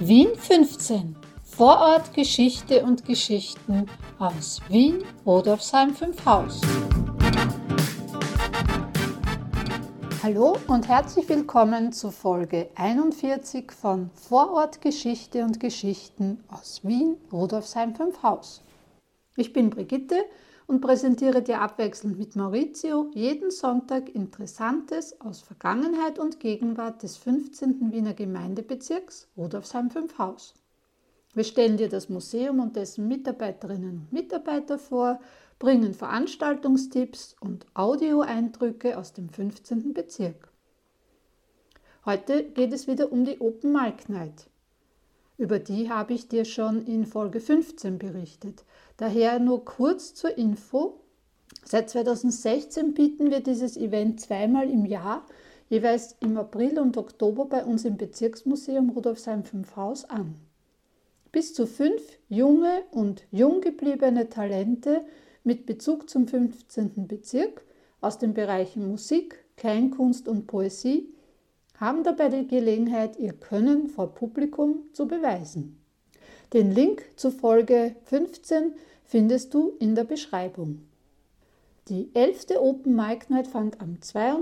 Wien 15. Vorort Geschichte und Geschichten aus Wien, Rudolfsheim 5 Haus. Hallo und herzlich willkommen zu Folge 41 von Vorort Geschichte und Geschichten aus Wien, Rudolfsheim 5 Haus. Ich bin Brigitte und präsentiere dir abwechselnd mit Maurizio jeden Sonntag Interessantes aus Vergangenheit und Gegenwart des 15. Wiener Gemeindebezirks Rudolfsheim 5 Haus. Wir stellen dir das Museum und dessen Mitarbeiterinnen und Mitarbeiter vor, bringen Veranstaltungstipps und Audioeindrücke aus dem 15. Bezirk. Heute geht es wieder um die Open Mic Night. Über die habe ich dir schon in Folge 15 berichtet. Daher nur kurz zur Info. Seit 2016 bieten wir dieses Event zweimal im Jahr, jeweils im April und Oktober bei uns im Bezirksmuseum Rudolfsheim 5 Haus an. Bis zu 5 junge und jung gebliebene Talente mit Bezug zum 15. Bezirk aus den Bereichen Musik, Kleinkunst und Poesie haben dabei die Gelegenheit, ihr Können vor Publikum zu beweisen. Den Link zu Folge 15 findest du in der Beschreibung. Die 11. Open Mic Night fand am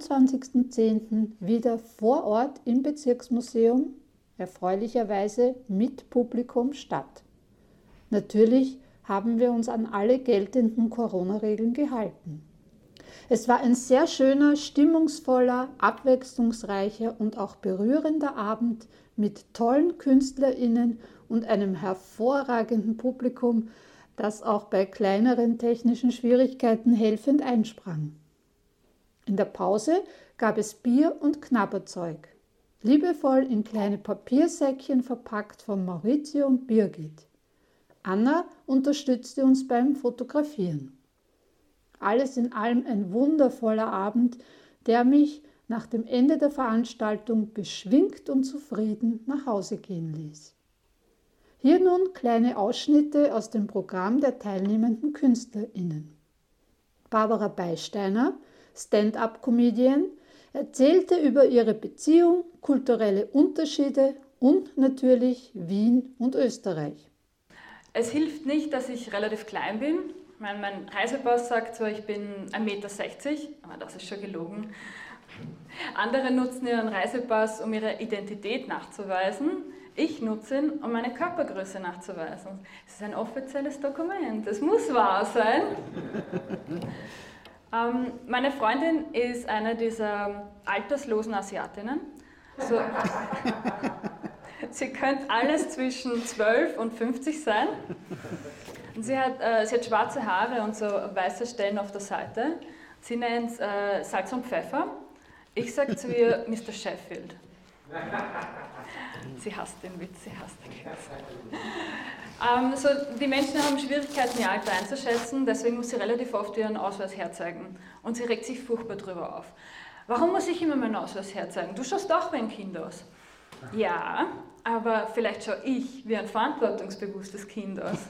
22.10. wieder vor Ort im Bezirksmuseum, erfreulicherweise mit Publikum, statt. Natürlich haben wir uns an alle geltenden Corona-Regeln gehalten. Es war ein sehr schöner, stimmungsvoller, abwechslungsreicher und auch berührender Abend mit tollen KünstlerInnen und einem hervorragenden Publikum, das auch bei kleineren technischen Schwierigkeiten helfend einsprang. In der Pause gab es Bier und Knabberzeug, liebevoll in kleine Papiersäckchen verpackt von Maurizio und Birgit. Anna unterstützte uns beim Fotografieren. Alles in allem ein wundervoller Abend, der mich nach dem Ende der Veranstaltung beschwingt und zufrieden nach Hause gehen ließ. Hier nun kleine Ausschnitte aus dem Programm der teilnehmenden KünstlerInnen. Barbara Beisteiner, Stand-up-Comedian, erzählte über ihre Beziehung, kulturelle Unterschiede und natürlich Wien und Österreich. Es hilft nicht, dass ich relativ klein bin. Mein Reisepass sagt zwar, ich bin 1,60 Meter, aber das ist schon gelogen. Andere nutzen ihren Reisepass, um ihre Identität nachzuweisen. Ich nutze ihn, um meine Körpergröße nachzuweisen. Es ist ein offizielles Dokument, es muss wahr sein. Meine Freundin ist eine dieser alterslosen Asiatinnen. Sie könnte alles zwischen 12 und 50 sein. Und sie hat schwarze Haare und so weiße Stellen auf der Seite. Sie nennt es Salz und Pfeffer. Ich sage zu ihr Mr. Sheffield. Sie hasst den Witz, sie hasst den Witz. Die Menschen haben Schwierigkeiten, ihr Alter einzuschätzen, deswegen muss sie relativ oft ihren Ausweis herzeigen. Und sie regt sich furchtbar drüber auf. Warum muss ich immer meinen Ausweis herzeigen? Du schaust auch wie ein Kind aus. Ja, aber vielleicht schaue ich wie ein verantwortungsbewusstes Kind aus.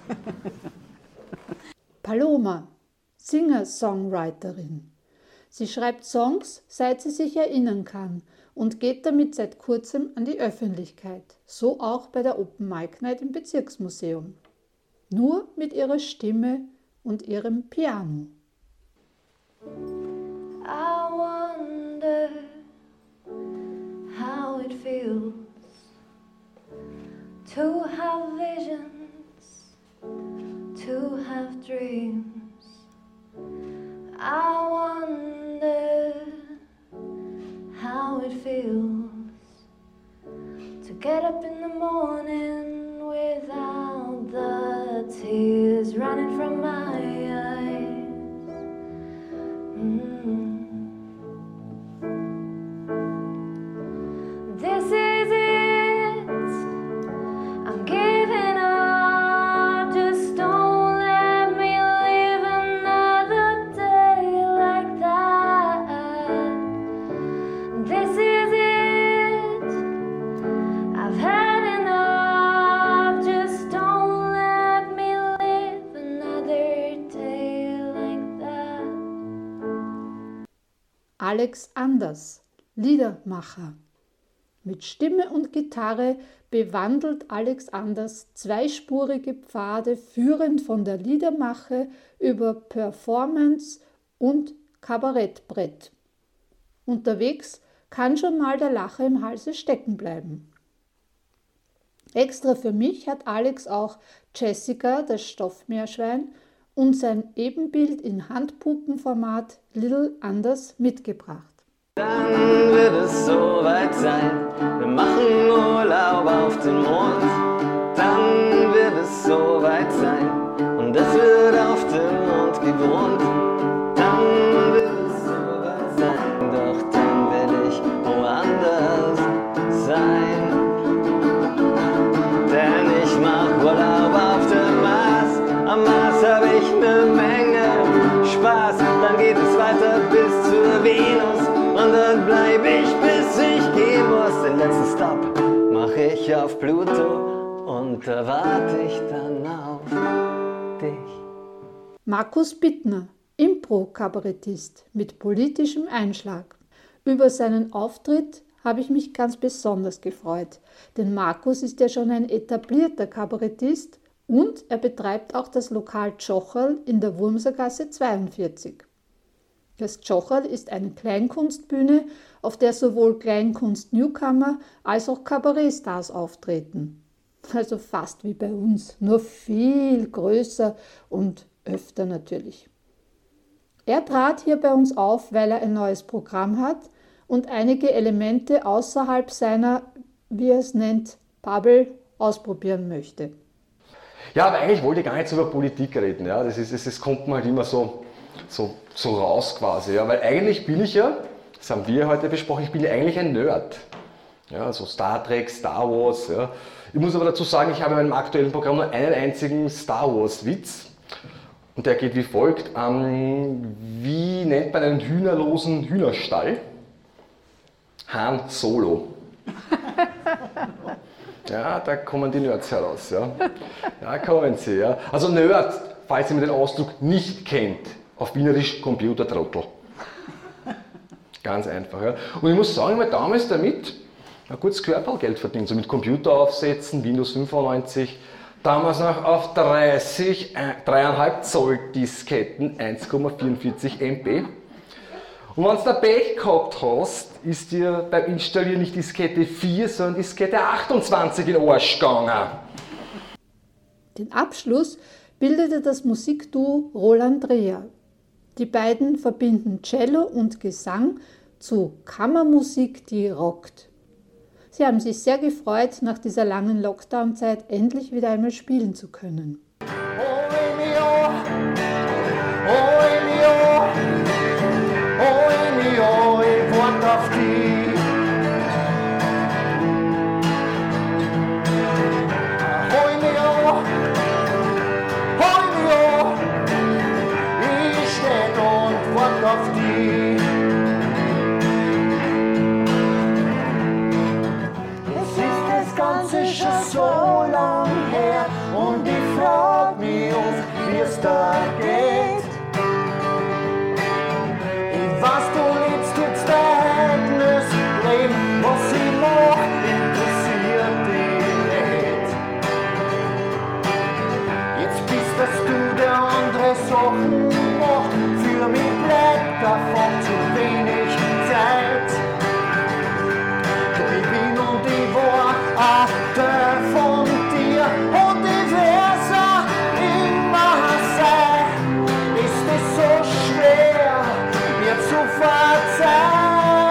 Paloma, Singer-Songwriterin. Sie schreibt Songs, seit sie sich erinnern kann und geht damit seit kurzem an die Öffentlichkeit, so auch bei der Open Mic Night im Bezirksmuseum. Nur mit ihrer Stimme und ihrem Piano. I wonder how it feels to have visions, to have dreams. I wonder how it feels to get up in the morning without the tears running from my eyes. This is it, I'm giving up, just don't let me live another day like that. This is it, I've had enough, just don't let me live another day like that. Alex Anders, Liedermacher. Mit Stimme und Gitarre bewandelt Alex Anders zweispurige Pfade, führend von der Liedermache über Performance und Kabarettbrett. Unterwegs kann schon mal der Lacher im Halse stecken bleiben. Extra für mich hat Alex auch Jessica, das Stoffmeerschwein, und sein Ebenbild in Handpuppenformat Little Anders mitgebracht. Dann wird es soweit sein, wir machen Urlaub auf den Mond. Dann wird es soweit sein und es wird auf dem Mond gewohnt. Dann wird es soweit sein, doch dann will ich woanders sein. Denn ich mach Urlaub auf dem Mars, am Mars hab ich ne Menge Spaß. Dann geht es weiter bis zur Venus. Und dann bleib ich, bis ich gehen muss. Den letzten Stop mach ich auf Pluto und da warte ich dann auf dich. Markus Bittner, Impro-Kabarettist mit politischem Einschlag. Über seinen Auftritt habe ich mich ganz besonders gefreut, denn Markus ist ja schon ein etablierter Kabarettist und er betreibt auch das Lokal Tschocherl in der Wurmsergasse 42. Das Tschocherl ist eine Kleinkunstbühne, auf der sowohl Kleinkunst-Newcomer als auch Kabarettstars auftreten. Also fast wie bei uns, nur viel größer und öfter natürlich. Er trat hier bei uns auf, weil er ein neues Programm hat und einige Elemente außerhalb seiner, wie er es nennt, Bubble ausprobieren möchte. Ja, aber eigentlich wollte ich gar nicht so über Politik reden. Ja. Das kommt mir halt immer so raus quasi. Ja. Weil eigentlich bin ich ja, das haben wir heute besprochen, ich bin ja eigentlich ein Nerd. Ja, also Star Trek, Star Wars. Ja. Ich muss aber dazu sagen, ich habe in meinem aktuellen Programm nur einen einzigen Star Wars Witz. Und der geht wie folgt. Wie nennt man einen hühnerlosen Hühnerstall? Han Solo. Ja, da kommen die Nerds heraus. Ja, ja kommen sie. Ja. Also Nerd, falls ihr den Ausdruck nicht kennt, auf Wienerisch Computertrottel. Ganz einfach. Ja. Und ich muss sagen, ich habe damals damit ein gutes Körpergeld verdient. So mit Computeraufsätzen, Windows 95, damals noch auf 3,5 Zoll Disketten, 1,44 MB. Und wenn du da Pech gehabt hast, ist dir beim Installieren nicht Diskette 4, sondern Diskette 28 in den Arsch gegangen. Den Abschluss bildete das Musikduo Roland Dreher. Die beiden verbinden Cello und Gesang zu Kammermusik, die rockt. Sie haben sich sehr gefreut, nach dieser langen Lockdown-Zeit endlich wieder einmal spielen zu können. Auf die hoi mir, ich steh und wart auf die. Es ist das Ganze schon so lang her und ich frag mich oft, wie es da geht. Ich weiß, du lebst jetzt eigenes Leben, was ich mach, interessiert dich nicht. Jetzt bist das du, der andere Sachen macht, für mich bleibt davon zu wenig Zeit. Ich bin und ich war auch der von dir und ich werd's auch immer sein. Ist es so schwer, mir zu verzeihen?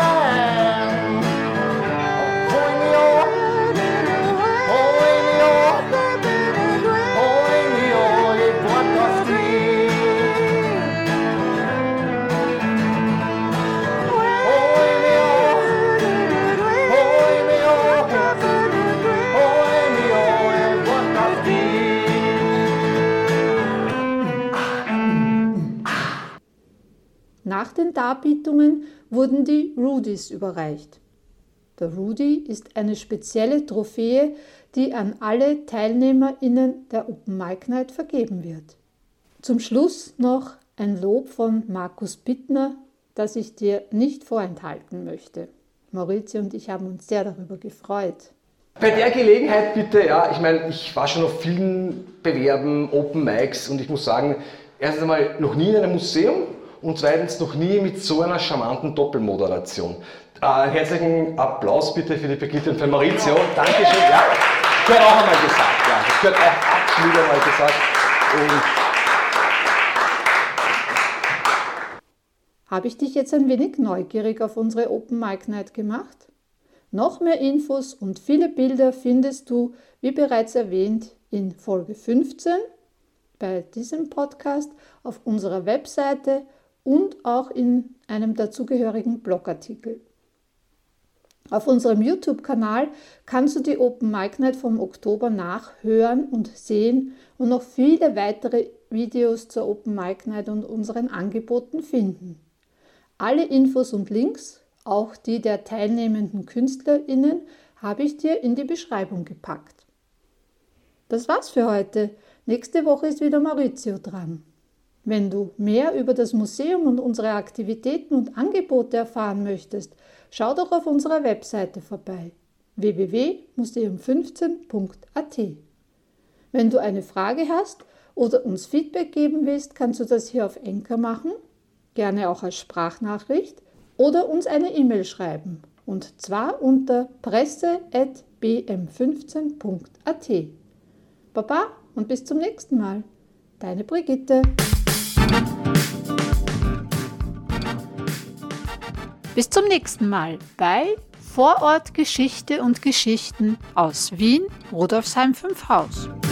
Nach den Darbietungen wurden die Rudies überreicht. Der Rudi ist eine spezielle Trophäe, die an alle TeilnehmerInnen der Open Mic Night vergeben wird. Zum Schluss noch ein Lob von Markus Bittner, das ich dir nicht vorenthalten möchte. Maurizio und ich haben uns sehr darüber gefreut. Bei der Gelegenheit bitte, ja, ich meine, ich war schon auf vielen Bewerben, Open Mics und ich muss sagen, erstens einmal noch nie in einem Museum und zweitens noch nie mit so einer charmanten Doppelmoderation. Herzlichen Applaus bitte für die Brigitte und für Maurizio. Dankeschön. Ja, das gehört auch einmal gesagt. Ja, das gehört auch absolut einmal gesagt. Habe ich dich jetzt ein wenig neugierig auf unsere Open Mic Night gemacht? Noch mehr Infos und viele Bilder findest du, wie bereits erwähnt, in Folge 15 bei diesem Podcast auf unserer Webseite und auch in einem dazugehörigen Blogartikel. Auf unserem YouTube-Kanal kannst du die Open Mic Night vom Oktober nachhören und sehen und noch viele weitere Videos zur Open Mic Night und unseren Angeboten finden. Alle Infos und Links, auch die der teilnehmenden KünstlerInnen, habe ich dir in die Beschreibung gepackt. Das war's für heute. Nächste Woche ist wieder Maurizio dran. Wenn du mehr über das Museum und unsere Aktivitäten und Angebote erfahren möchtest, schau doch auf unserer Webseite vorbei: www.museum15.at. Wenn du eine Frage hast oder uns Feedback geben willst, kannst du das hier auf Anchor machen, gerne auch als Sprachnachricht, oder uns eine E-Mail schreiben, und zwar unter presse@bm15.at. Baba und bis zum nächsten Mal. Deine Brigitte. Bis zum nächsten Mal bei Vorort Geschichte und Geschichten aus Wien, Rudolfsheim 5 Haus.